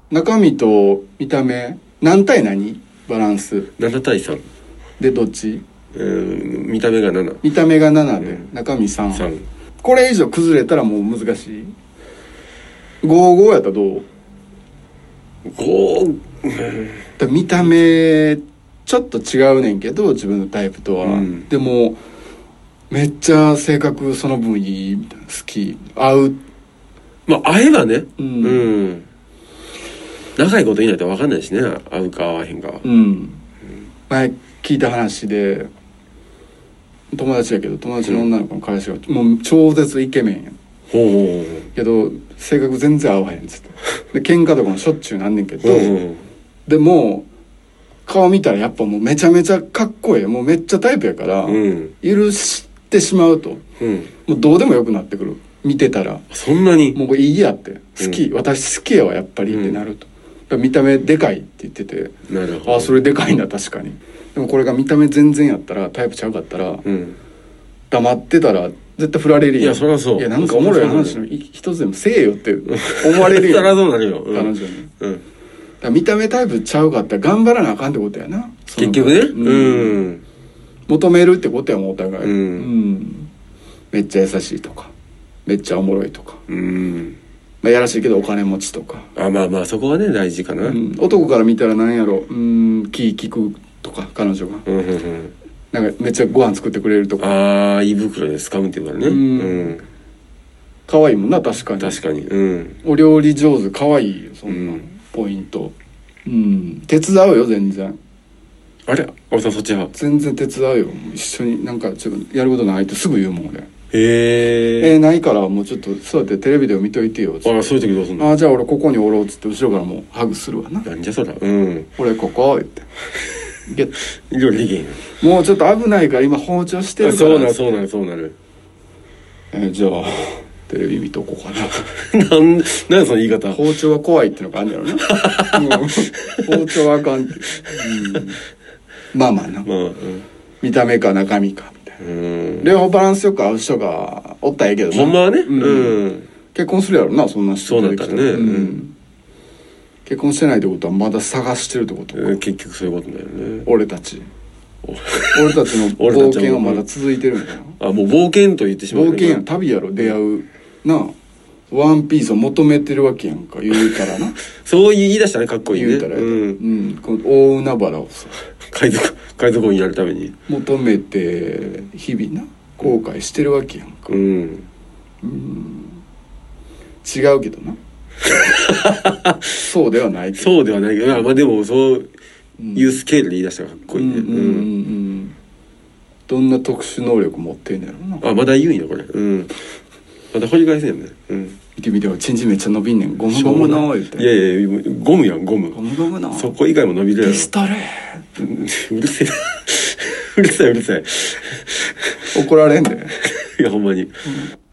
中身と見た目何対何バランス 7対3 でどっち？ 見た目が7。 見た目が7で、中身3。 3。 これ以上崩れたらもう難しい。55やったらどう ？5。 だ見た目ちょっと違うねんけど自分のタイプとは、でもめっちゃ性格その分いいみたいな、好き、合う。 まあ合えばね、長いこといないと分かんないしね、合うか合わへんかは。前聞いた話で、友達やけど友達の女の子の彼氏がもう超絶イケメンやん。けど性格全然合わへんっつってで喧嘩とかもしょっちゅうなんねんけど、でも顔見たらやっぱもうめちゃめちゃかっこいい、もうめっちゃタイプやから、許してしまうと、もうどうでもよくなってくる、見てたら。 そんなにもういいやって、好き、私好きやわやっぱりってなると、だから見た目でかいって言ってて、 なるほど。 ああそれでかいな確かに。でもこれが見た目全然やったら、タイプちゃうかったら、黙ってたら絶対振られるやん。 いやそりゃそう。 いやなんかおもろい話の一つでもせえよって思われるやん。 そりゃそうなるよ、 彼女に。だから見た目タイプちゃうかったら頑張らなあかんってことやな結局ね。 求めるってことやもんお互い。めっちゃ優しいとかめっちゃおもろいとか、まあやらしいけどお金持ちとか。 まあまあそこはね大事かな。 男から見たらなんやろ、気利くとか彼女が、なんかめっちゃご飯作ってくれるとか。 胃袋で掴むっていうからね。 可愛いもんな確かに。 確かに。 お料理上手可愛いよそんな、ポイント。手伝うよ全然。 あれ俺さんそっち派？ 全然手伝うよ、一緒になんかちょっとやることないってすぐ言うもん俺。ないからもうちょっとそうやってテレビで見といてよ。 そういう時どうすんの？ じゃあ俺ここにおろうっつって後ろからもうハグするわな。 なんじゃそら。 俺ここ言ってゲッと料理できへん。 もうちょっと危ないから今包丁してるから。 そうなる。 じゃあテレビ見とこうかな。 なんその言い方。 包丁は怖いってのがあるんやろな。包丁はあかんって。まあな、見た目か中身かみたいな。両方バランスよく合う人がおったらええけどな。 ほんまはね。 結婚するやろなそんな人。 そうだったらね。 結婚してないってことはまだ探してるってことか。 結局そういうことだよね。 俺たちの冒険はまだ続いてるんだよ。 もう冒険と言ってしまう。 冒険や旅やろ、出会うなあ。ワンピースを求めてるわけやんか言うたらな。 そう言い出したらかっこいいね。 言うたらこの大海原をさ海賊王になるために求めて日々な後悔してるわけやんか。違うけどな。そうではないけど。 そうではないけど、まあでもそういうスケールで言い出したらかっこいいね。 どんな特殊能力持ってんねやろな。 まだ言うんやこれ。まだ掘り返せんやね。 見てみてよ、チンチンめっちゃ伸びんねん。ゴムゴムの言って。 いやゴムやんゴム。 ゴムゴムの。 そこ以外も伸びるやろ。 ピストル。 うるせえな。うるさい。 怒られんで。 いやほんまに。